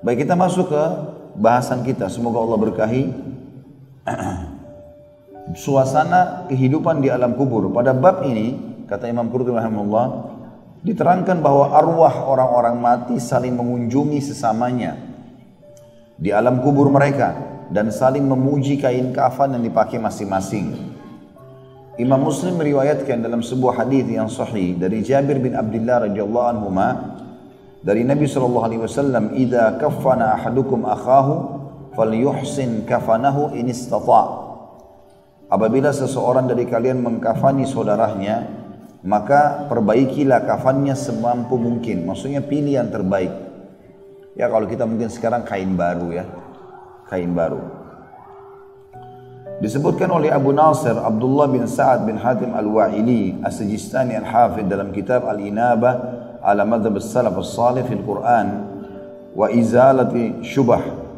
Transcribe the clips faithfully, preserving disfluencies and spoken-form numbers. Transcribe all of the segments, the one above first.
Baik, kita masuk ke bahasan kita. Semoga Allah berkahi suasana kehidupan di alam kubur. Pada bab ini, kata Imam Qurtubi rahimahullah, diterangkan bahwa arwah orang-orang mati saling mengunjungi sesamanya di alam kubur mereka dan saling memuji kain kafan yang dipakai masing-masing. Imam Muslim meriwayatkan dalam sebuah hadis yang sahih dari Jabir bin Abdullah radhiyallahu anhuma dari Nabi sallallahu alaihi wasallam, "Idza kaffana ahadukum akhahu falyuhsin kafanahu in istata'." Apabila seseorang dari kalian mengkafani saudaranya, maka perbaikilah kafannya semampu mungkin. Maksudnya pilih yang terbaik. Ya kalau kita mungkin sekarang kain baru ya, kain baru. Disebutkan oleh Abu Nasir Abdullah bin Sa'ad bin Hatim Al-Wa'ili As-Sijistani Al-Hafidh dalam kitab Al-Inabah ala madhab as-salaf as-salih fil Quran wa izalati syubah.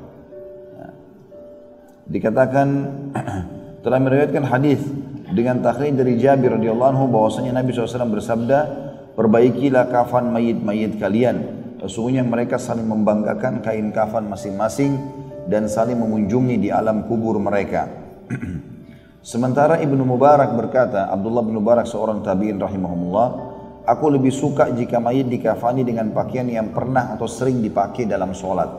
Dikatakan telah meriwayatkan hadis dengan takhrij dari Jabir radhiyallahu anhu bahwasanya Nabi shallallahu alaihi wasallam bersabda, perbaikilah kafan mayit-mayit kalian. Sesungguhnya mereka saling membanggakan kain kafan masing-masing dan saling mengunjungi di alam kubur mereka. Sementara Ibnu Mubarak berkata, Abdullah bin Mubarak seorang tabi'in rahimahumullah, aku lebih suka jika mayit dikafani dengan pakaian yang pernah atau sering dipakai dalam sholat.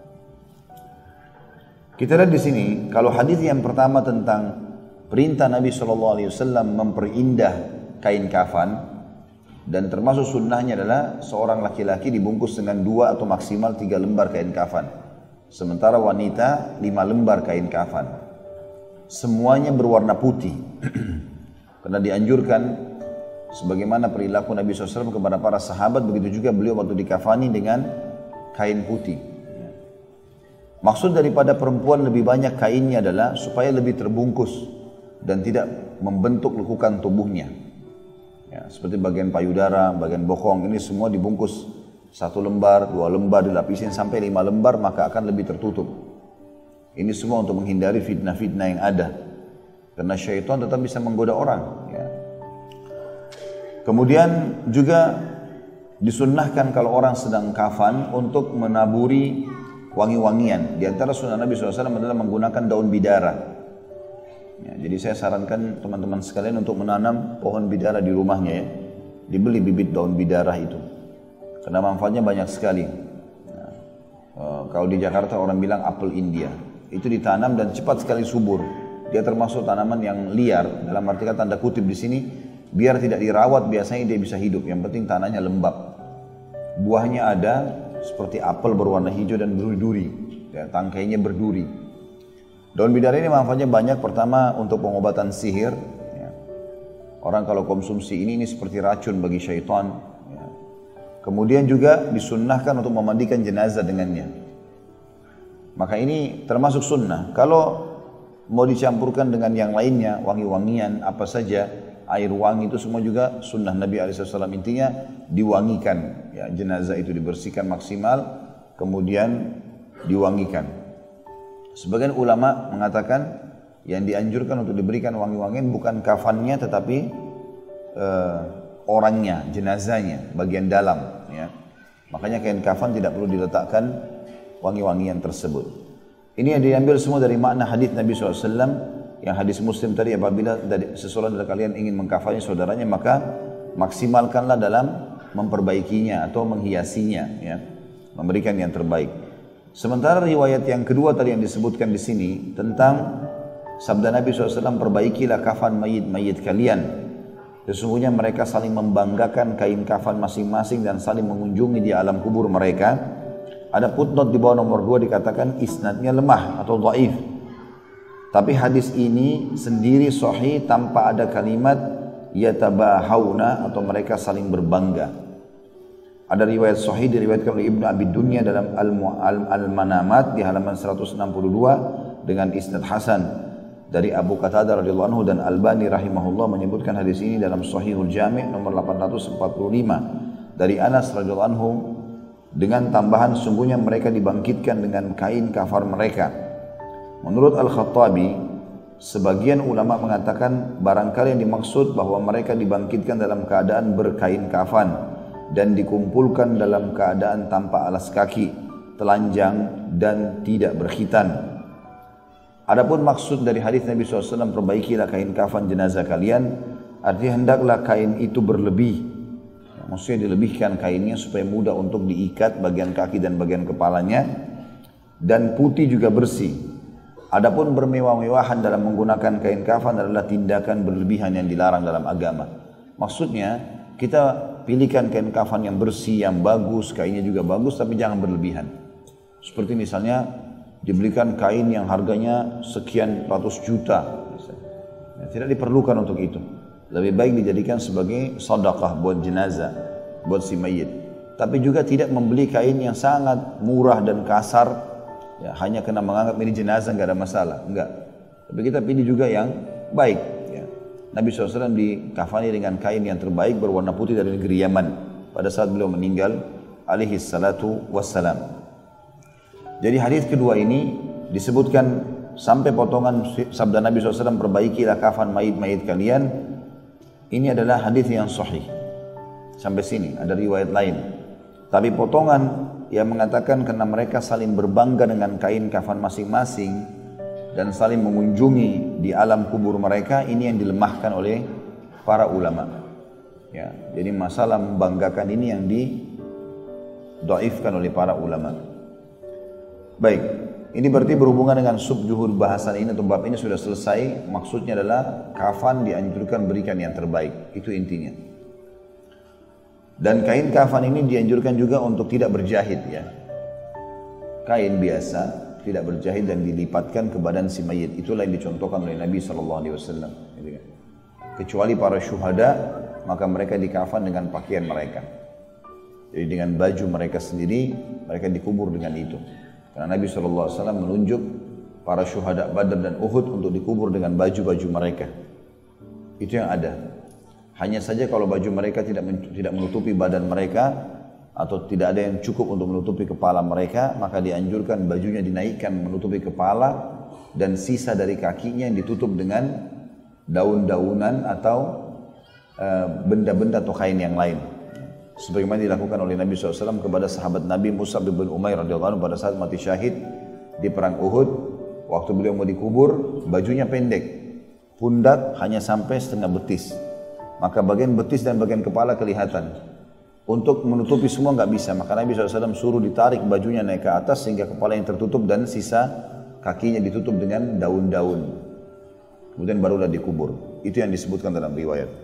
Kita lihat di sini, kalau hadis yang pertama tentang perintah Nabi shallallahu alaihi wasallam memperindah kain kafan, dan termasuk sunnahnya adalah seorang laki-laki dibungkus dengan dua atau maksimal tiga lembar kain kafan, sementara wanita lima lembar kain kafan. Semuanya berwarna putih, karena dianjurkan sebagaimana perilaku Nabi shallallahu alaihi wasallam kepada para sahabat, begitu juga beliau waktu dikafani dengan kain putih. Maksud daripada perempuan lebih banyak kainnya adalah supaya lebih terbungkus dan tidak membentuk lekukan tubuhnya. Ya, seperti bagian payudara, bagian bokong, ini semua dibungkus satu lembar, dua lembar, dilapisin sampai lima lembar, maka akan lebih tertutup. Ini semua untuk menghindari fitnah-fitnah yang ada, karena syaitan tetap bisa menggoda orang. Ya. Kemudian juga disunnahkan kalau orang sedang kafan untuk menaburi wangi-wangian. Di antara sunnah Nabi shallallahu alaihi wasallam adalah menggunakan daun bidara. Ya, jadi saya sarankan teman-teman sekalian untuk menanam pohon bidara di rumahnya ya. Dibeli bibit daun bidara itu, karena manfaatnya banyak sekali. Nah, e, kalau di Jakarta orang bilang apel India. Itu ditanam dan cepat sekali subur. Dia termasuk tanaman yang liar, dalam arti kata tanda kutip di sini, biar tidak dirawat biasanya dia bisa hidup. Yang penting tanahnya lembab. Buahnya ada seperti apel berwarna hijau dan berduri, ya, tangkainya berduri. Daun bidara ini manfaatnya banyak. Pertama untuk pengobatan sihir. Ya. Orang kalau konsumsi ini ini seperti racun bagi syaitan. Ya. Kemudian juga disunnahkan untuk memandikan jenazah dengannya. Maka ini termasuk sunnah. Kalau mau dicampurkan dengan yang lainnya, wangi-wangian apa saja, air wangi itu semua juga sunnah Nabi shallallahu alaihi wasallam. Intinya diwangikan, ya, jenazah itu dibersihkan maksimal, kemudian diwangikan. Sebagian ulama mengatakan yang dianjurkan untuk diberikan wangi-wangian bukan kafannya tetapi uh, orangnya, jenazahnya, bagian dalam. Ya. Makanya kain kafan tidak perlu diletakkan wangi-wangian tersebut. Ini yang diambil semua dari makna hadis Nabi shallallahu alaihi wasallam. Yang hadis Muslim tadi, apabila dari seseorang dari kalian ingin mengkafani saudaranya, maka maksimalkanlah dalam memperbaikinya atau menghiasinya, ya, memberikan yang terbaik. Sementara riwayat yang kedua tadi yang disebutkan di sini tentang sabda Nabi shallallahu alaihi wasallam, perbaikilah kafan mayit-mayit kalian. Sesungguhnya mereka saling membanggakan kain kafan masing-masing dan saling mengunjungi di alam kubur mereka. Ada footnote di bawah nomor dua dikatakan isnadnya lemah atau dhaif. Tapi hadis ini sendiri sahih tanpa ada kalimat yatabahawna atau mereka saling berbangga. Ada riwayat sahih diriwayatkan oleh Ibnu Abi Dunya dalam Al-Manamat di halaman seratus enam puluh dua dengan isnad hasan dari Abu Qatadah radhiyallahu anhu, dan Albani rahimahullah menyebutkan hadis ini dalam Sahihul Jami' nomor delapan ratus empat puluh lima dari Anas radhiyallahu anhu dengan tambahan sungguhnya mereka dibangkitkan dengan kain kafan mereka. Menurut Al-Khattabi, sebagian ulama mengatakan barangkali yang dimaksud bahwa mereka dibangkitkan dalam keadaan berkain kafan dan dikumpulkan dalam keadaan tanpa alas kaki. telanjang, dan tidak berkhitan. Adapun maksud dari hadis Nabi shallallahu alaihi wasallam, perbaikilah kain kafan jenazah kalian, artinya hendaklah kain itu berlebih. Maksudnya dilebihkan kainnya supaya mudah untuk diikat bagian kaki dan bagian kepalanya, dan putih juga bersih. Adapun bermewah-mewahan dalam menggunakan kain kafan adalah tindakan berlebihan yang dilarang dalam agama. Maksudnya kita pilihkan kain kafan yang bersih, yang bagus, kainnya juga bagus, tapi jangan berlebihan. Seperti misalnya dibelikan kain yang harganya sekian ratus juta, ya, tidak diperlukan untuk itu. Lebih baik dijadikan sebagai sedekah buat jenazah, buat si mayit. Tapi juga tidak membeli kain yang sangat murah dan kasar, ya, hanya kena menganggap ini jenazah nggak ada masalah, enggak. Tapi kita pilih juga yang baik. Ya. Nabi shallallahu alaihi wasallam dikafani dengan kain yang terbaik berwarna putih dari negeri Yaman pada saat beliau meninggal, alaihi salatu wassalam. Jadi hadis kedua ini disebutkan sampai potongan sabda Nabi shallallahu alaihi wasallam, perbaikilah kafan mayit-mayit kalian. Ini adalah hadis yang sahih. Sampai sini ada riwayat lain. Tapi potongan yang mengatakan karena mereka saling berbangga dengan kain kafan masing-masing dan saling mengunjungi di alam kubur mereka, ini yang dilemahkan oleh para ulama. Ya, jadi masalah membanggakan ini yang didoifkan oleh para ulama. Baik, ini berarti berhubungan dengan subjuhur bahasan ini atau bab ini sudah selesai. Maksudnya adalah kafan dianjurkan berikan yang terbaik, itu intinya. Dan kain kafan ini dianjurkan juga untuk tidak berjahit, ya. Kain biasa tidak berjahit dan dilipatkan ke badan si mayit. Itulah yang dicontohkan oleh Nabi shallallahu alaihi wasallam. Kecuali para syuhada, maka mereka dikafan dengan pakaian mereka. Jadi dengan baju mereka sendiri, mereka dikubur dengan itu. Karena Nabi shallallahu alaihi wasallam menunjuk para syuhada Badar dan Uhud untuk dikubur dengan baju-baju mereka. Itu yang ada. Hanya saja kalau baju mereka tidak tidak menutupi badan mereka atau tidak ada yang cukup untuk menutupi kepala mereka, maka dianjurkan bajunya dinaikkan menutupi kepala dan sisa dari kakinya yang ditutup dengan daun-daunan atau benda-benda uh, atau kain yang lain. Sebagaimana dilakukan oleh Nabi shallallahu alaihi wasallam kepada sahabat Nabi Mus'ab bin Umair radhiyallahu anhu pada saat mati syahid di perang Uhud. Waktu beliau mau dikubur, bajunya pendek, pundak hanya sampai setengah betis, maka bagian betis dan bagian kepala kelihatan. Untuk menutupi semua nggak bisa, maka Nabi shallallahu alaihi wasallam suruh ditarik bajunya naik ke atas sehingga kepala yang tertutup dan sisa kakinya ditutup dengan daun-daun. Kemudian barulah dikubur. Itu yang disebutkan dalam riwayat.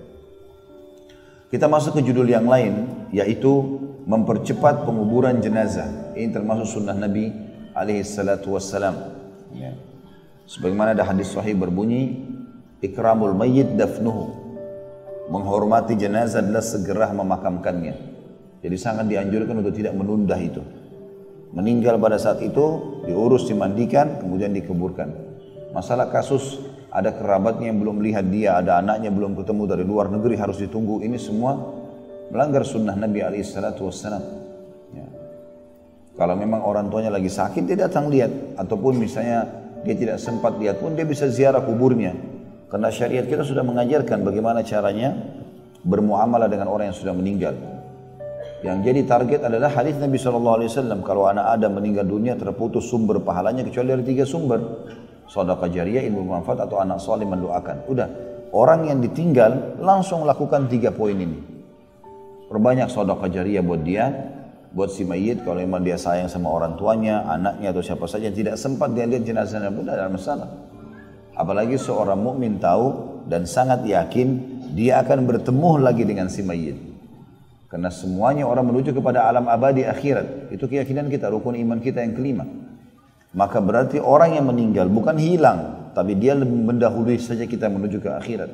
Kita masuk ke judul yang lain, yaitu mempercepat penguburan jenazah. Ini termasuk sunnah Nabi alaihi salatu wassalam. Ya. Sebagaimana ada hadis sahih berbunyi, ikramul mayyit dafnuhu. Menghormati jenazah adalah segera memakamkannya. Jadi sangat dianjurkan untuk tidak menunda itu. Meninggal pada saat itu, diurus, dimandikan, kemudian dikuburkan. Masalah kasus ada kerabatnya yang belum lihat dia, ada anaknya belum ketemu dari luar negeri harus ditunggu. Ini semua melanggar sunnah Nabi alaihi salatu wassalam. Ya. Kalau memang orang tuanya lagi sakit, dia datang lihat. Ataupun misalnya dia tidak sempat lihat pun, dia bisa ziarah kuburnya. Karena syariat kita sudah mengajarkan bagaimana caranya bermuamalah dengan orang yang sudah meninggal. Yang jadi target adalah hadis Nabi shallallahu alaihi wasallam, kalau anak Adam meninggal dunia terputus sumber pahalanya kecuali dari tiga sumber. Sedekah jariyah, ilmu bermanfaat, atau anak saleh mendoakan. Udah, orang yang ditinggal langsung lakukan tiga poin ini. Perbanyak sedekah jariyah buat dia, buat si mayit kalau memang dia sayang sama orang tuanya, anaknya atau siapa saja yang tidak sempat dia lihat jenazahnya pun tidak ada masalah. Apalagi seorang mukmin tahu dan sangat yakin dia akan bertemu lagi dengan si mayit. Karena semuanya orang menuju kepada alam abadi akhirat. Itu keyakinan kita, rukun iman kita yang kelima. Maka berarti orang yang meninggal bukan hilang, tapi dia lebih mendahului saja kita menuju ke akhirat.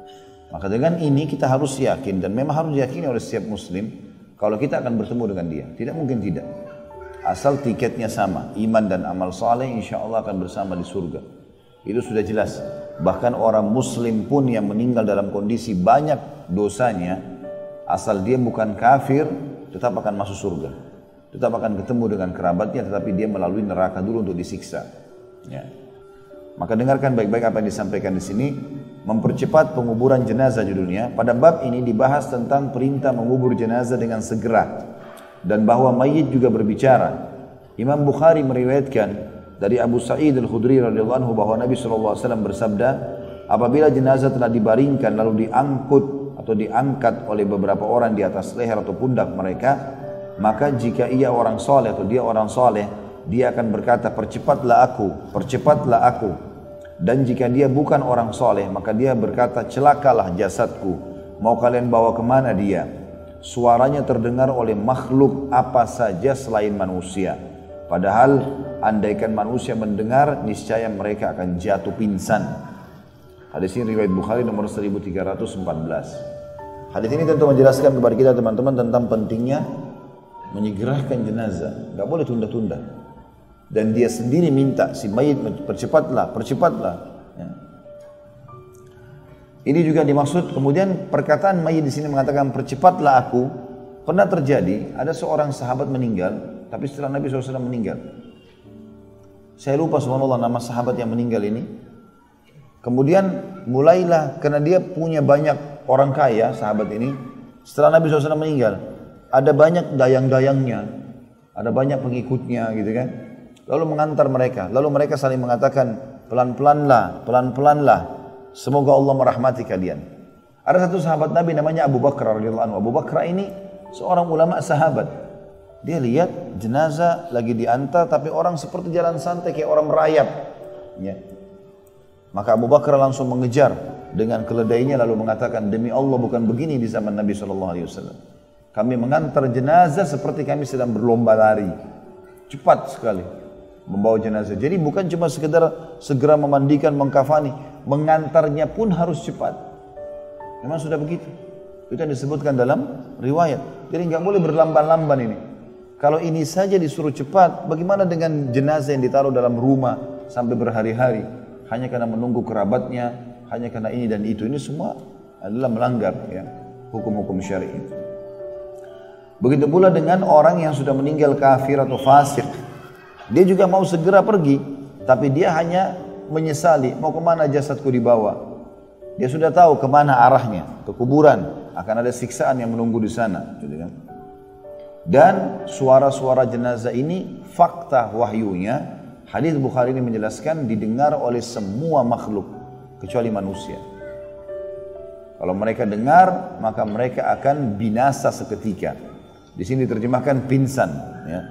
Maka dengan ini kita harus yakin, dan memang harus diyakini oleh setiap muslim, kalau kita akan bertemu dengan dia. Tidak mungkin tidak. Asal tiketnya sama, iman dan amal saleh, insya Allah akan bersama di surga. Itu sudah jelas. Bahkan orang muslim pun yang meninggal dalam kondisi banyak dosanya, asal dia bukan kafir, tetap akan masuk surga. Tetap akan ketemu dengan kerabatnya, tetapi dia melalui neraka dulu untuk disiksa. Ya. Maka dengarkan baik-baik apa yang disampaikan di sini. Mempercepat penguburan jenazah judulnya. Pada bab ini dibahas tentang perintah mengubur jenazah dengan segera, dan bahwa mayit juga berbicara. Imam Bukhari meriwayatkan dari Abu Sa'id Al-Khudri radhiyallahu anhu bahwa Nabi shallallahu alaihi wasallam bersabda, apabila jenazah telah dibaringkan lalu diangkut atau diangkat oleh beberapa orang di atas leher atau pundak mereka, maka jika ia orang soleh atau dia orang soleh, dia akan berkata, percepatlah aku, percepatlah aku. Dan jika dia bukan orang soleh, maka dia berkata, celakalah jasadku, mau kalian bawa kemana dia? Suaranya terdengar oleh makhluk apa saja selain manusia. Padahal andaikan manusia mendengar, niscaya mereka akan jatuh pingsan. Hadis ini riwayat Bukhari nomor seribu tiga ratus empat belas. Hadis ini tentu menjelaskan kepada kita teman-teman tentang pentingnya menyegerakan jenazah. Gak boleh tunda-tunda. Dan dia sendiri minta si mayit, percepatlah, percepatlah. Ya. Ini juga dimaksud, kemudian perkataan mayit di sini mengatakan percepatlah aku. Pernah terjadi, ada seorang sahabat meninggal, tapi setelah Nabi shallallahu alaihi wasallam meninggal. Saya lupa subhanallah nama sahabat yang meninggal ini. Kemudian mulailah, karena dia punya banyak orang kaya, sahabat ini. Setelah Nabi shallallahu alaihi wasallam meninggal, ada banyak dayang-dayangnya, ada banyak pengikutnya gitu kan. Lalu mengantar mereka, lalu mereka saling mengatakan, pelan-pelanlah, pelan-pelanlah, semoga Allah merahmati kalian. Ada satu sahabat Nabi namanya Abu Bakar radhiyallahu anhu. Abu Bakar ini seorang ulama sahabat. Dia lihat jenazah lagi diantar, tapi orang seperti jalan santai kayak orang merayap. Ya. Maka Abu Bakar langsung mengejar dengan keledainya lalu mengatakan, demi Allah bukan begini di zaman Nabi shallallahu alaihi wasallam. Kami mengantar jenazah seperti kami sedang berlomba lari. Cepat sekali membawa jenazah. Jadi bukan cuma sekedar segera memandikan, mengkafani, mengantarnya pun harus cepat. Memang sudah begitu. Itu yang disebutkan dalam riwayat. Jadi nggak boleh berlamban-lamban ini. Kalau ini saja disuruh cepat, bagaimana dengan jenazah yang ditaruh dalam rumah sampai berhari-hari? Hanya karena menunggu kerabatnya, hanya karena ini dan itu. Ini semua adalah melanggar ya, hukum-hukum syar'i. Begitu pula dengan orang yang sudah meninggal kafir atau fasik. Dia juga mau segera pergi, tapi dia hanya menyesali, mau kemana jasadku dibawa. Dia sudah tahu kemana arahnya, ke kuburan. Akan ada siksaan yang menunggu di sana. Gitu kan? Dan suara-suara jenazah ini fakta wahyunya, hadis Bukhari ini menjelaskan didengar oleh semua makhluk kecuali manusia. Kalau mereka dengar, maka mereka akan binasa seketika. Di sini diterjemahkan pingsan. Ya.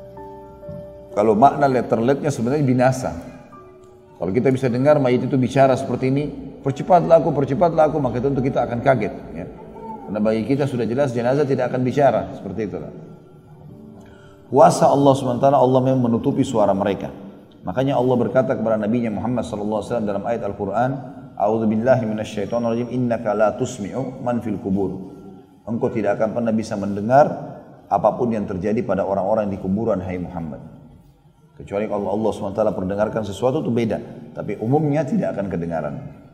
Kalau makna letter-letternya sebenarnya binasa. Kalau kita bisa dengar mayit itu bicara seperti ini, percepatlah aku, percepatlah aku, maka tentu kita akan kaget. Ya. Karena bagi kita sudah jelas jenazah tidak akan bicara seperti itulah. Kuasa Allah subhanahu wa taala, Allah memang menutupi suara mereka. Makanya Allah berkata kepada Nabi Muhammad sallallahu alaihi wasallam dalam ayat Al-Quran, A'udzubillahi minasyaitonirrajim, innaka la tusmi'u man fil kubur. Engkau tidak akan pernah bisa mendengar apapun yang terjadi pada orang-orang di kuburan, hai Muhammad. Kecuali kalau Allah subhanahu wa taala perdengarkan sesuatu itu beda, tapi umumnya tidak akan kedengaran.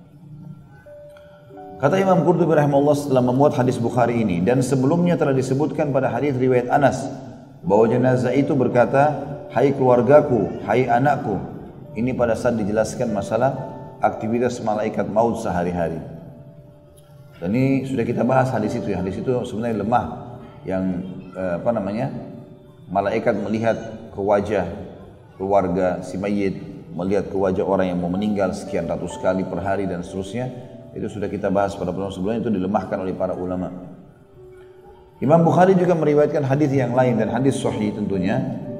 Kata Imam Qurtubi rahimahullah setelah memuat hadis Bukhari ini, dan sebelumnya telah disebutkan pada hadis riwayat Anas bahwa jenazah itu berkata, hai keluargaku, hai anakku. Ini pada saat dijelaskan masalah aktivitas malaikat maut sehari-hari. Dan ini sudah kita bahas hadis itu ya. Hadis itu sebenarnya lemah, yang eh, apa namanya, malaikat melihat ke wajah keluarga si mayit, melihat ke wajah orang yang mau meninggal sekian ratus kali per hari dan seterusnya. Itu sudah kita bahas pada pertemuan sebelumnya, itu dilemahkan oleh para ulama. Imam Bukhari juga meriwayatkan hadis yang lain dan hadis sahih tentunya.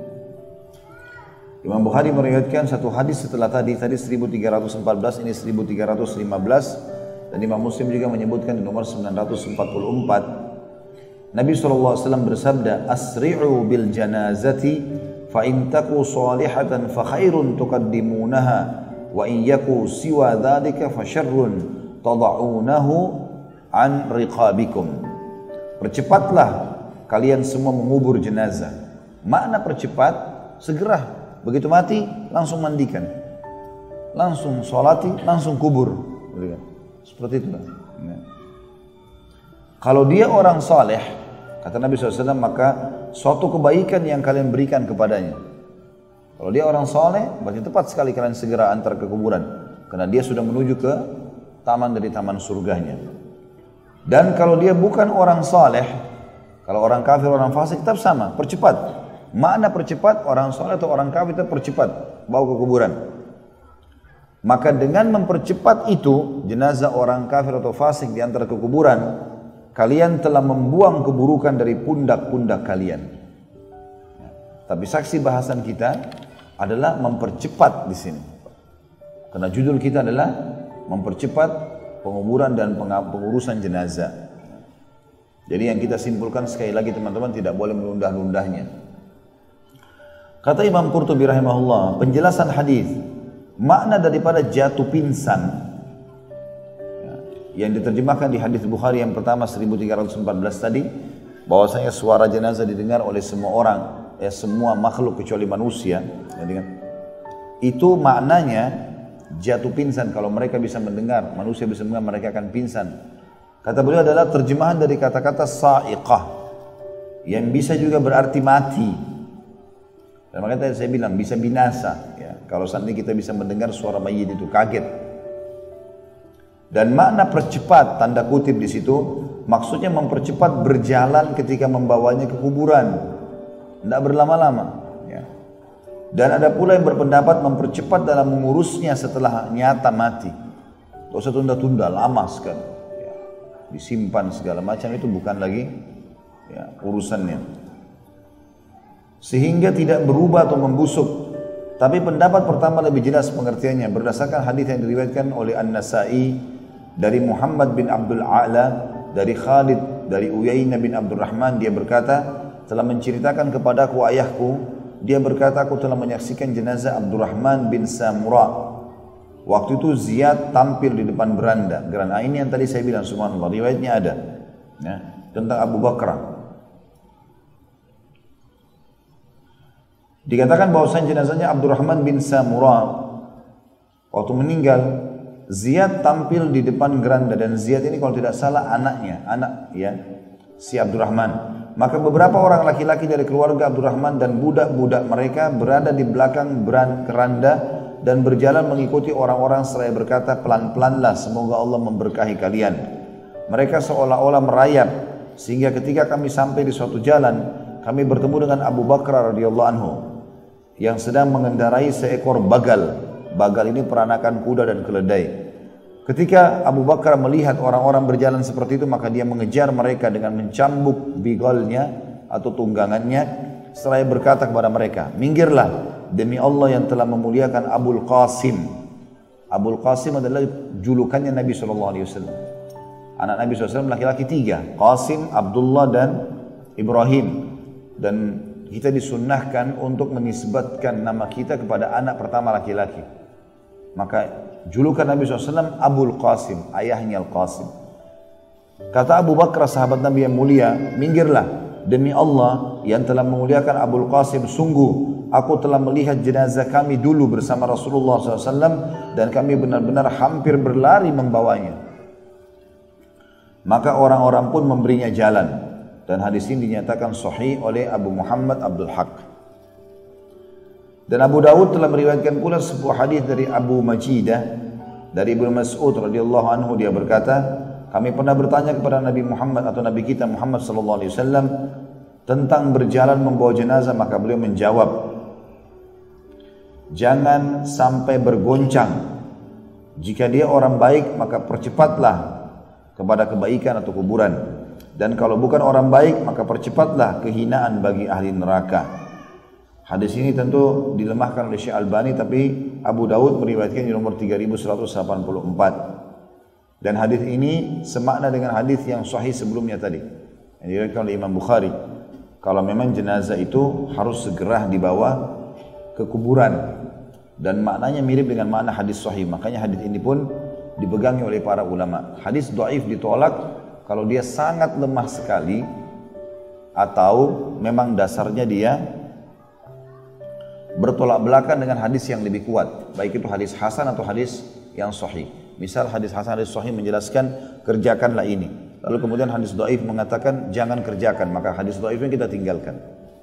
Imam Bukhari meriwayatkan satu hadis setelah tadi, tadi seribu tiga ratus empat belas, ini seribu tiga ratus lima belas, dan Imam Muslim juga menyebutkan di nomor sembilan ratus empat puluh empat. Nabi shallallahu alaihi wasallam bersabda, asri'u bil janazati fa in taku salihatan fa khairun tuqaddimunaha wa in yaku siwa dhalika fa syarrun tada'unahu an riqabikum. Percepatlah kalian semua mengubur jenazah. Makna percepat, segera, begitu mati langsung mandikan, langsung sholati, langsung kubur. Seperti itu. Kalau dia orang saleh, kata Nabi shallallahu alaihi wasallam, maka suatu kebaikan yang kalian berikan kepadanya. Kalau dia orang saleh, berarti tepat sekali kalian segera antar ke kuburan, karena dia sudah menuju ke taman dari taman surganya. Dan kalau dia bukan orang saleh, kalau orang kafir, orang fasik, tetap sama, percepat. Makna percepat, orang soleh atau orang kafir itu percepat bawa ke kuburan. Maka dengan mempercepat itu jenazah orang kafir atau fasik diantar ke kuburan, kalian telah membuang keburukan dari pundak-pundak kalian. Ya. Tapi saksi bahasan kita adalah mempercepat di sini. Karena judul kita adalah mempercepat penguburan dan pengurusan jenazah. Jadi yang kita simpulkan sekali lagi teman-teman, tidak boleh menunda-nundahnya. Kata Imam Qurtubi rahimahullah, penjelasan hadis, makna daripada jatuh pingsan ya, yang diterjemahkan di hadis Bukhari yang pertama seribu tiga ratus empat belas tadi, bahwasanya suara jenazah didengar oleh semua orang, ya semua makhluk kecuali manusia, ya, dengan, itu maknanya jatuh pingsan. Kalau mereka bisa mendengar, manusia bisa mendengar, mereka akan pingsan. Kata beliau adalah terjemahan dari kata-kata sa'iqah yang bisa juga berarti mati. Dan makanya tadi saya bilang bisa binasa ya, kalau seandainya kita bisa mendengar suara mayit itu kaget. Dan makna percepat tanda kutip di situ maksudnya mempercepat berjalan ketika membawanya ke kuburan, tidak berlama-lama ya. Dan ada pula yang berpendapat mempercepat dalam mengurusnya setelah nyata mati. Tidak usah tunda-tunda, lama sekali ya. Disimpan segala macam, itu bukan lagi ya, urusannya. Sehingga tidak berubah atau membusuk. Tapi pendapat pertama lebih jelas pengertiannya berdasarkan hadis yang diriwayatkan oleh An-Nasa'i dari Muhammad bin Abdul A'la dari Khalid dari Uyainah bin Abdurrahman. Dia berkata, telah menceritakan kepadaku ayahku, dia berkata aku telah menyaksikan jenazah Abdurrahman bin Samura. Waktu itu Ziyad tampil di depan beranda. Gerana ini yang tadi saya bilang, subhanallah, riwayatnya ada ya, tentang Abu Bakar. Dikatakan bahwasanya jenazahnya Abdurrahman bin Samura waktu meninggal, Ziyad tampil di depan geranda, dan Ziyad ini kalau tidak salah anaknya, anak ya si Abdurrahman. Maka beberapa orang laki-laki dari keluarga Abdurrahman dan budak-budak mereka berada di belakang geranda dan berjalan mengikuti orang-orang seraya berkata, pelan-pelanlah, semoga Allah memberkahi kalian. Mereka seolah-olah merayap, sehingga ketika kami sampai di suatu jalan, kami bertemu dengan Abu Bakar radhiyallahu anhu yang sedang mengendarai seekor bagal. Bagal ini peranakan kuda dan keledai. Ketika Abu Bakar melihat orang-orang berjalan seperti itu, maka dia mengejar mereka dengan mencambuk bigalnya atau tunggangannya, seraya berkata kepada mereka, minggirlah, demi Allah yang telah memuliakan Abul Qasim. Abul Qasim adalah julukannya Nabi shallallahu alaihi wasallam. Anak Nabi shallallahu alaihi wasallam laki-laki tiga, Qasim, Abdullah dan Ibrahim. Dan kita disunnahkan untuk menisbatkan nama kita kepada anak pertama laki-laki. Maka julukan Nabi shallallahu alaihi wasallam Abul Qasim, ayahnya Al-Qasim. Kata Abu Bakar sahabat Nabi yang mulia, minggirlah, demi Allah yang telah memuliakan Abul Qasim, sungguh aku telah melihat jenazah kami dulu bersama Rasulullah shallallahu alaihi wasallam dan kami benar-benar hampir berlari membawanya. Maka orang-orang pun memberinya jalan. Dan hadis ini dinyatakan sahih oleh Abu Muhammad Abdul Haq. Dan Abu Dawud telah meriwayatkan pula sebuah hadis dari Abu Majidah dari Ibnu Mas'ud radhiyallahu anhu. Dia berkata, kami pernah bertanya kepada Nabi Muhammad atau Nabi kita Muhammad sallallahu alaihi wasallam tentang berjalan membawa jenazah, maka beliau menjawab, jangan sampai bergoncang. Jika dia orang baik, maka percepatlah kepada kebaikan atau kuburan. Dan kalau bukan orang baik, maka percepatlah kehinaan bagi ahli neraka. Hadis ini tentu dilemahkan oleh Syekh Albani, tapi Abu Dawud meriwayatkan di nomor tiga ribu seratus delapan puluh empat. Dan hadis ini semakna dengan hadis yang sahih sebelumnya tadi, yang diriwayatkan oleh Imam Bukhari. Kalau memang jenazah itu harus segera dibawa ke kuburan, dan maknanya mirip dengan makna hadis sahih. Makanya hadis ini pun dipegangi oleh para ulama. Hadis dhaif ditolak kalau dia sangat lemah sekali atau memang dasarnya dia bertolak belakang dengan hadis yang lebih kuat, baik itu hadis hasan atau hadis yang sahih. Misal hadis hasan, hadis sahih menjelaskan kerjakanlah ini, lalu kemudian hadis dhaif mengatakan jangan kerjakan, maka hadis dhaifnya kita tinggalkan.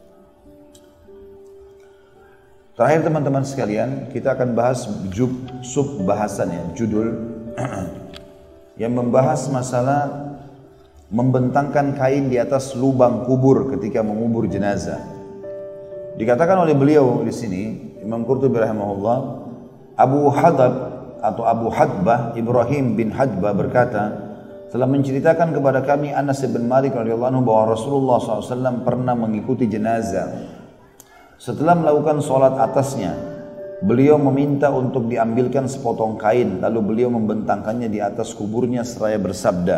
Terakhir teman-teman sekalian, kita akan bahas sub bahasannya, judul yang membahas masalah membentangkan kain di atas lubang kubur ketika mengubur jenazah. Dikatakan oleh beliau di sini, Imam Qurtubi rahimahullah, Abu Hadab atau Abu Hadbah Ibrahim bin Hadbah berkata, telah menceritakan kepada kami Anas bin Malik radhiyallahu anhu bahwa Rasulullah shallallahu alaihi wasallam pernah mengikuti jenazah. Setelah melakukan sholat atasnya, beliau meminta untuk diambilkan sepotong kain, lalu beliau membentangkannya di atas kuburnya seraya bersabda.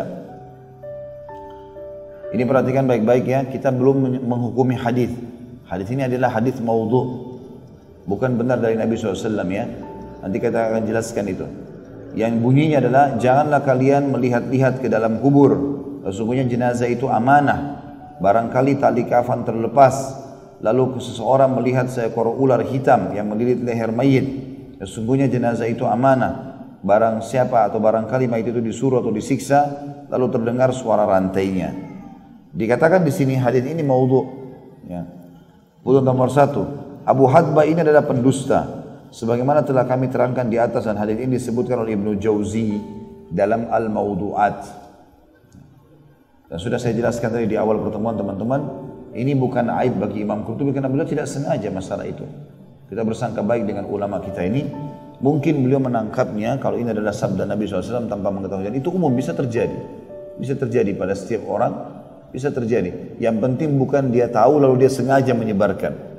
Ini perhatikan baik-baik ya, kita belum menghukumi hadis. Hadis ini adalah hadis maudhu, bukan benar dari Nabi shallallahu alaihi wasallam ya. Nanti kita akan jelaskan itu. Yang bunyinya adalah, janganlah kalian melihat-lihat ke dalam kubur. Sesungguhnya jenazah itu amanah. Barangkali tali kafan terlepas, lalu seseorang melihat seekor ular hitam yang melilit leher mayit. Sesungguhnya jenazah itu amanah. Barang siapa atau barangkali mayit itu disuruh atau disiksa, lalu terdengar suara rantainya. Dikatakan di sini hadis ini maudhu. Ya. Untuk nomor satu, Abu Hadbah ini adalah pendusta. Sebagaimana telah kami terangkan di atas, dan hadis ini disebutkan oleh Ibnu Jauzi dalam Al-Mawdu'at. Dan sudah saya jelaskan tadi di awal pertemuan teman-teman, ini bukan aib bagi Imam Qurtubi karena beliau tidak sengaja masalah itu. Kita bersangka baik dengan ulama kita ini. Mungkin beliau menangkapnya kalau ini adalah sabda Nabi shallallahu alaihi wasallam tanpa mengetahui. Dan itu umum, bisa terjadi. Bisa terjadi pada setiap orang, bisa terjadi. Yang penting bukan dia tahu lalu dia sengaja menyebarkan.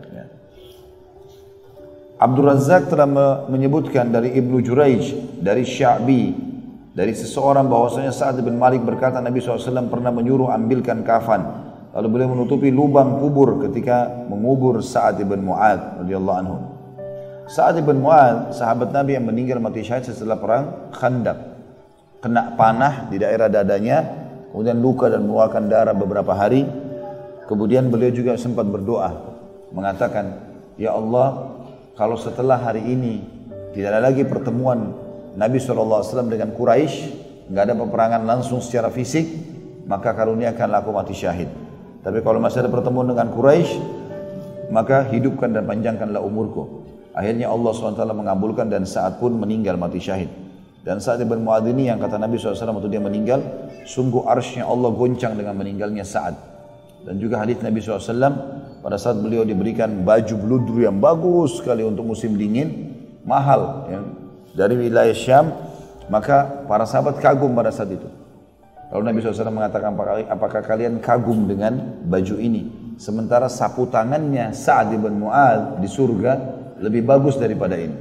Abdul Razak telah menyebutkan dari Ibnu Juraij, dari Sya'bi, dari seseorang bahwasanya Sa'ad bin Malik berkata Nabi shallallahu alaihi wasallam pernah menyuruh ambilkan kafan. Lalu beliau menutupi lubang kubur ketika mengubur Sa'ad bin Mu'adz radhiyallahu anhu. Sa'ad bin Mu'adz, sahabat Nabi yang meninggal mati syahid setelah perang Khandaq. Kena panah di daerah dadanya, kemudian luka dan mengeluarkan darah beberapa hari. Kemudian beliau juga sempat berdoa, mengatakan, Ya Allah, kalau setelah hari ini tidak ada lagi pertemuan Nabi shallallahu alaihi wasallam dengan Quraisy, nggak ada peperangan langsung secara fisik, maka karuniakanlah aku mati syahid. Tapi kalau masih ada pertemuan dengan Quraisy, maka hidupkan dan panjangkanlah umurku. Akhirnya Allah subhanahu wa taala mengabulkan dan Sa'ad pun meninggal mati syahid. Dan Sa'ad bin Mu'adz ini yang kata Nabi shallallahu alaihi wasallam waktu dia meninggal, sungguh arsy-Nya Allah goncang dengan meninggalnya Sa'ad. Dan juga hadis Nabi shallallahu alaihi wasallam pada saat beliau diberikan baju bludru yang bagus sekali untuk musim dingin, mahal ya, dari wilayah Syam, maka para sahabat kagum pada saat itu. Lalu Nabi shallallahu alaihi wasallam mengatakan, apakah kalian kagum dengan baju ini? Sementara sapu tangannya Sa'ad bin Mu'adz di surga lebih bagus daripada ini.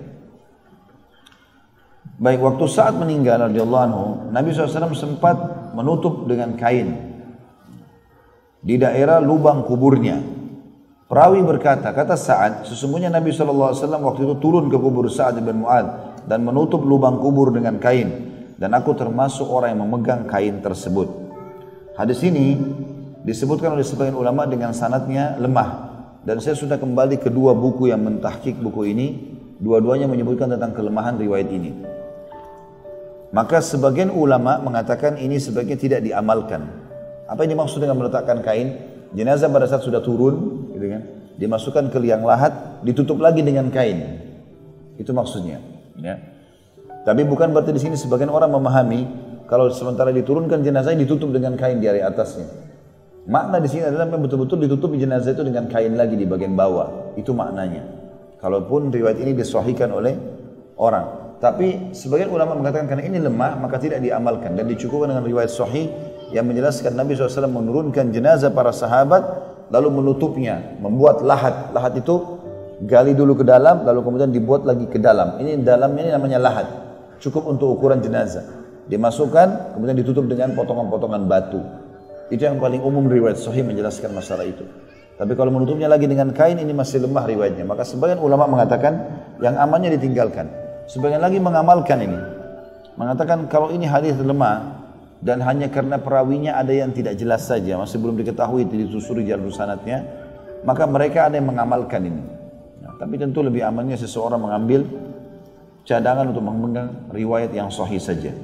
Baik, waktu Sa'ad meninggal radhiyallahu anhu, Nabi shallallahu alaihi wasallam sempat menutup dengan kain di daerah lubang kuburnya. Perawi berkata, kata Sa'ad, sesungguhnya Nabi shallallahu alaihi wasallam waktu itu turun ke kubur Sa'ad bin Mu'adz dan menutup lubang kubur dengan kain, dan aku termasuk orang yang memegang kain tersebut. Hadis ini disebutkan oleh sebagian ulama dengan sanadnya lemah, dan saya sudah kembali ke dua buku yang mentahqiq buku ini, dua-duanya menyebutkan tentang kelemahan riwayat ini. Maka sebagian ulama mengatakan ini sebaiknya tidak diamalkan. Apa yang dimaksud dengan meletakkan kain? Jenazah pada saat sudah turun, gitu kan, dimasukkan ke liang lahat, ditutup lagi dengan kain. Itu maksudnya. Ya. Tapi bukan berarti di sini sebagian orang memahami kalau sementara diturunkan jenazah ditutup dengan kain di area atasnya. Makna di sini adalah betul-betul ditutup jenazah itu dengan kain lagi di bagian bawah. Itu maknanya. Kalaupun riwayat ini disahihkan oleh orang. Tapi sebagian ulama mengatakan karena ini lemah maka tidak diamalkan dan dicukupkan dengan riwayat sahih yang menjelaskan Nabi shallallahu alaihi wasallam menurunkan jenazah para sahabat lalu menutupnya, membuat lahat. Lahat itu gali dulu ke dalam lalu kemudian dibuat lagi ke dalam. Ini dalamnya ini namanya lahat. Cukup untuk ukuran jenazah. Dimasukkan kemudian ditutup dengan potongan-potongan batu. Itu yang paling umum riwayat sahih menjelaskan masalah itu. Tapi kalau menutupnya lagi dengan kain ini masih lemah riwayatnya. Maka sebagian ulama mengatakan yang amannya ditinggalkan. Sebagian lagi mengamalkan ini. Mengatakan kalau ini hadis lemah dan hanya karena perawinya ada yang tidak jelas saja, masih belum diketahui ditelusuri jalur sanadnya, maka mereka ada yang mengamalkan ini. Nah, tapi tentu lebih amannya seseorang mengambil cadangan untuk memegang riwayat yang sahih saja.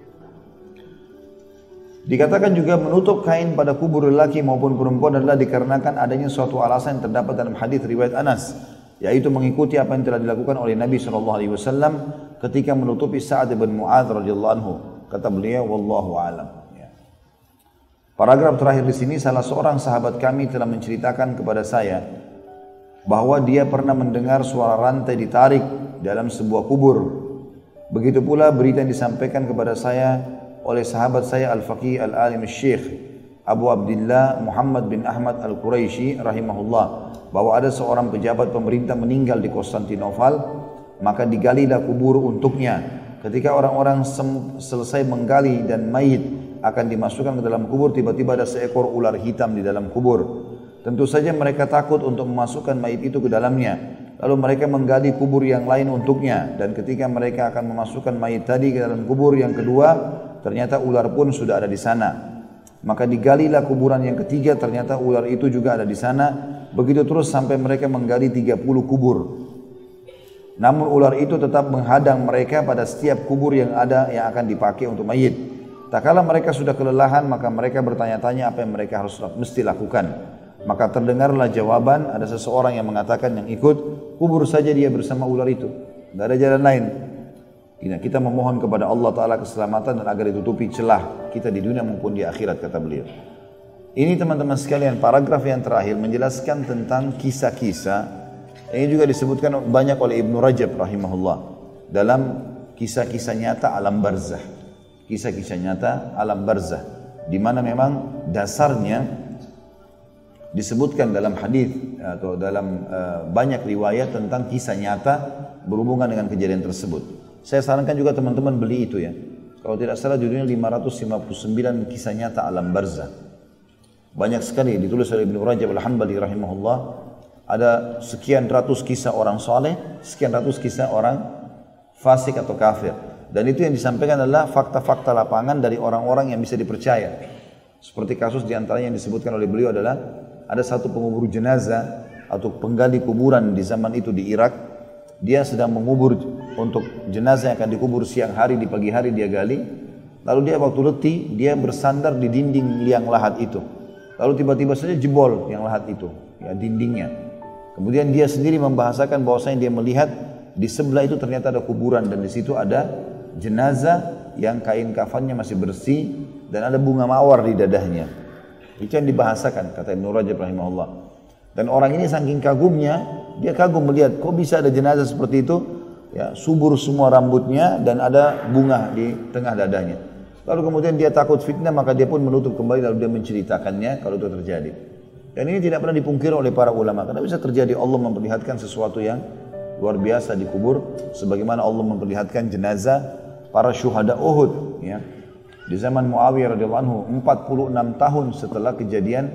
Dikatakan juga menutup kain pada kubur lelaki maupun perempuan adalah dikarenakan adanya suatu alasan yang terdapat dalam hadis riwayat Anas, yaitu mengikuti apa yang telah dilakukan oleh Nabi shallallahu alaihi wasallam ketika menutupi Sa'ad bin Mu'adz radhiyallahu anhu. Kata beliau, wallahu a'lam. Ya. Paragraf terakhir di sini, salah seorang sahabat kami telah menceritakan kepada saya bahwa dia pernah mendengar suara rantai ditarik dalam sebuah kubur. Begitu pula berita yang disampaikan kepada saya oleh sahabat saya Al-Faqih Al-Alim Syekh Abu Abdullah Muhammad bin Ahmad Al-Quraisy rahimahullah, bahwa ada seorang pejabat pemerintah meninggal di Konstantinopel, maka digalilah kubur untuknya. Ketika orang-orang selesai menggali dan mayit akan dimasukkan ke dalam kubur, tiba-tiba ada seekor ular hitam di dalam kubur. Tentu saja mereka takut untuk memasukkan mayit itu ke dalamnya. Lalu mereka menggali kubur yang lain untuknya, dan ketika mereka akan memasukkan mayit tadi ke dalam kubur yang kedua, ternyata ular pun sudah ada di sana. Maka digalilah kuburan yang ketiga, ternyata ular itu juga ada di sana. Begitu terus sampai mereka menggali tiga puluh kubur. Namun ular itu tetap menghadang mereka pada setiap kubur yang ada yang akan dipakai untuk mayit. Tak kala mereka sudah kelelahan, maka mereka bertanya-tanya apa yang mereka harus mesti lakukan. Maka terdengarlah jawaban, ada seseorang yang mengatakan yang ikut, kubur saja dia bersama ular itu, tidak ada jalan lain. Kita memohon kepada Allah Ta'ala keselamatan dan agar ditutupi celah kita di dunia maupun di akhirat, kata beliau. Ini teman-teman sekalian, paragraf yang terakhir menjelaskan tentang kisah-kisah. Ini juga disebutkan banyak oleh Ibnu Rajab rahimahullah dalam kisah-kisah nyata alam barzah. Kisah-kisah nyata alam barzah, di mana memang dasarnya disebutkan dalam hadis atau dalam uh, banyak riwayat tentang kisah nyata berhubungan dengan kejadian tersebut. Saya sarankan juga teman-teman beli itu ya. Kalau tidak salah judulnya lima ratus lima puluh sembilan kisah nyata alam barzah. Banyak sekali ditulis oleh Ibnu Rajab Al-Hambali rahimahullah. Ada sekian ratus kisah orang soleh, sekian ratus kisah orang fasik atau kafir. Dan itu yang disampaikan adalah fakta-fakta lapangan dari orang-orang yang bisa dipercaya. Seperti kasus diantaranya yang disebutkan oleh beliau adalah ada satu pengubur jenazah atau penggali kuburan di zaman itu di Irak. Dia sedang mengubur untuk jenazah yang akan dikubur siang hari, di pagi hari dia gali. Lalu dia waktu letih, dia bersandar di dinding liang lahat itu. Lalu tiba-tiba saja jebol yang lahat itu, ya dindingnya. Kemudian dia sendiri membahasakan bahwasanya dia melihat di sebelah itu ternyata ada kuburan dan di situ ada jenazah yang kain kafannya masih bersih dan ada bunga mawar di dadahnya. Itu yang dibahasakan, kata Ibnu Rajab rahimahullah. Dan orang ini saking kagumnya, dia kagum melihat kok bisa ada jenazah seperti itu, ya subur semua rambutnya dan ada bunga di tengah dadanya. Lalu kemudian dia takut fitnah, maka dia pun menutup kembali lalu dia menceritakannya kalau itu terjadi. Dan ini tidak pernah dipungkiri oleh para ulama, karena bisa terjadi Allah memperlihatkan sesuatu yang luar biasa di kubur, sebagaimana Allah memperlihatkan jenazah para syuhada Uhud, ya. Di zaman Muawiyah radhiyallahu anhu, empat puluh enam tahun setelah kejadian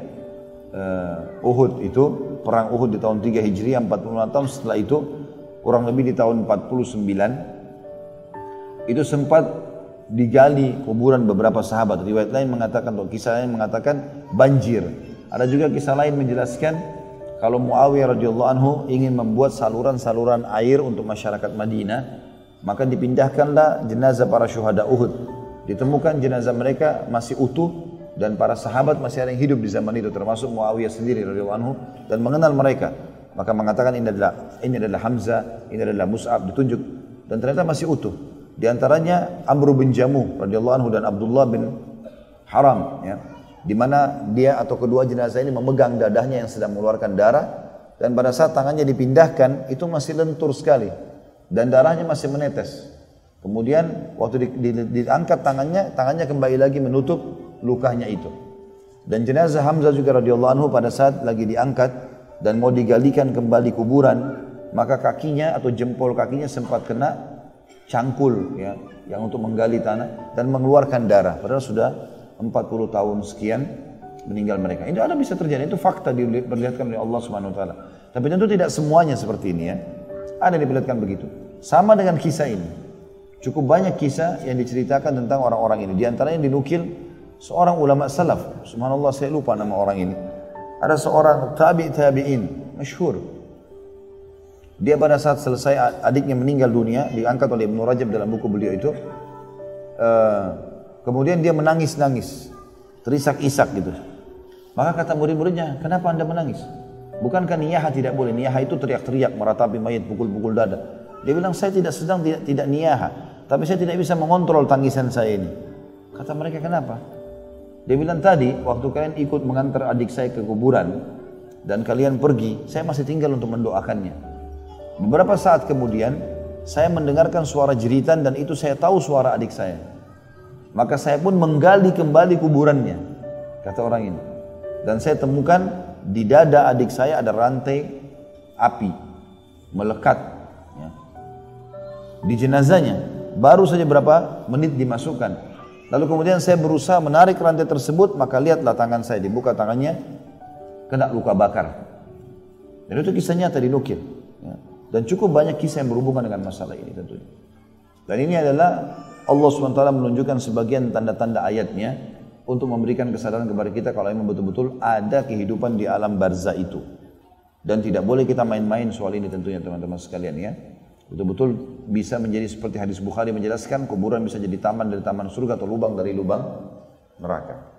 uh, Uhud itu, perang Uhud di tahun tiga Hijriah, empat puluh enam tahun setelah itu, kurang lebih di tahun empat puluh sembilan, itu sempat digali kuburan beberapa sahabat. Riwayat lain mengatakan, atau kisah lain mengatakan banjir. Ada juga kisah lain menjelaskan kalau Muawiyah radhiyallahu anhu ingin membuat saluran-saluran air untuk masyarakat Madinah, maka dipindahkanlah jenazah para syuhada Uhud. Ditemukan jenazah mereka masih utuh dan para sahabat masih ada yang hidup di zaman itu, termasuk Muawiyah sendiri radhiyallahu anhu, dan mengenal mereka. Maka mengatakan ini adalah ini adalah Hamzah, ini adalah Mus'ab, ditunjuk, dan ternyata masih utuh. Di antaranya Amr bin Jamuh radhiyallahu anhu dan Abdullah bin Haram, ya, di mana dia atau kedua jenazah ini memegang dadahnya yang sedang mengeluarkan darah, dan pada saat tangannya dipindahkan itu masih lentur sekali dan darahnya masih menetes. Kemudian waktu di, di, diangkat tangannya, tangannya kembali lagi menutup lukanya itu. Dan jenazah Hamzah juga radhiyallahu anhu pada saat lagi diangkat dan mau digalikan kembali kuburan, maka kakinya atau jempol kakinya sempat kena cangkul, ya, yang untuk menggali tanah dan mengeluarkan darah. Padahal sudah empat puluh tahun sekian meninggal mereka. Itu ada bisa terjadi, itu fakta diperlihatkan oleh Allah Subhanahu wa taala. Tapi tentu tidak semuanya seperti ini, ya. Ada yang diperlihatkan begitu. Sama dengan kisah ini. Cukup banyak kisah yang diceritakan tentang orang-orang ini. Di antaranya dinukil seorang ulama salaf. Subhanallah, saya lupa nama orang ini. Ada seorang tabi' tabi'in masyhur. Dia pada saat selesai adiknya meninggal dunia, diangkat oleh Ibnu Rajab dalam buku beliau itu. Uh, kemudian dia menangis-nangis, terisak-isak gitu. Maka kata murid-muridnya, kenapa anda menangis? Bukankah niyaha tidak boleh? Niyaha itu teriak-teriak, meratapi mayat, pukul-pukul dada. Dia bilang, saya tidak sedang tidak, tidak niyaha, tapi saya tidak bisa mengontrol tangisan saya ini. Kata mereka, kenapa? Dia bilang, tadi waktu kalian ikut mengantar adik saya ke kuburan, dan kalian pergi, saya masih tinggal untuk mendoakannya. Beberapa saat kemudian, saya mendengarkan suara jeritan dan itu saya tahu suara adik saya. Maka saya pun menggali kembali kuburannya, kata orang ini. Dan saya temukan di dada adik saya ada rantai api melekat. Ya. Di jenazahnya, baru saja berapa menit dimasukkan. Lalu kemudian saya berusaha menarik rantai tersebut, maka lihatlah tangan saya, dibuka tangannya, kena luka bakar. Dan itu kisah nyata dinukil. Ya. Dan cukup banyak kisah yang berhubungan dengan masalah ini tentunya. Dan ini adalah Allah subhanahu wa taala menunjukkan sebagian tanda-tanda ayatnya untuk memberikan kesadaran kepada kita kalau memang betul-betul ada kehidupan di alam barzah itu. Dan tidak boleh kita main-main soal ini tentunya teman-teman sekalian ya. Betul-betul bisa menjadi seperti hadis Bukhari menjelaskan, kuburan bisa jadi taman dari taman surga atau lubang dari lubang neraka.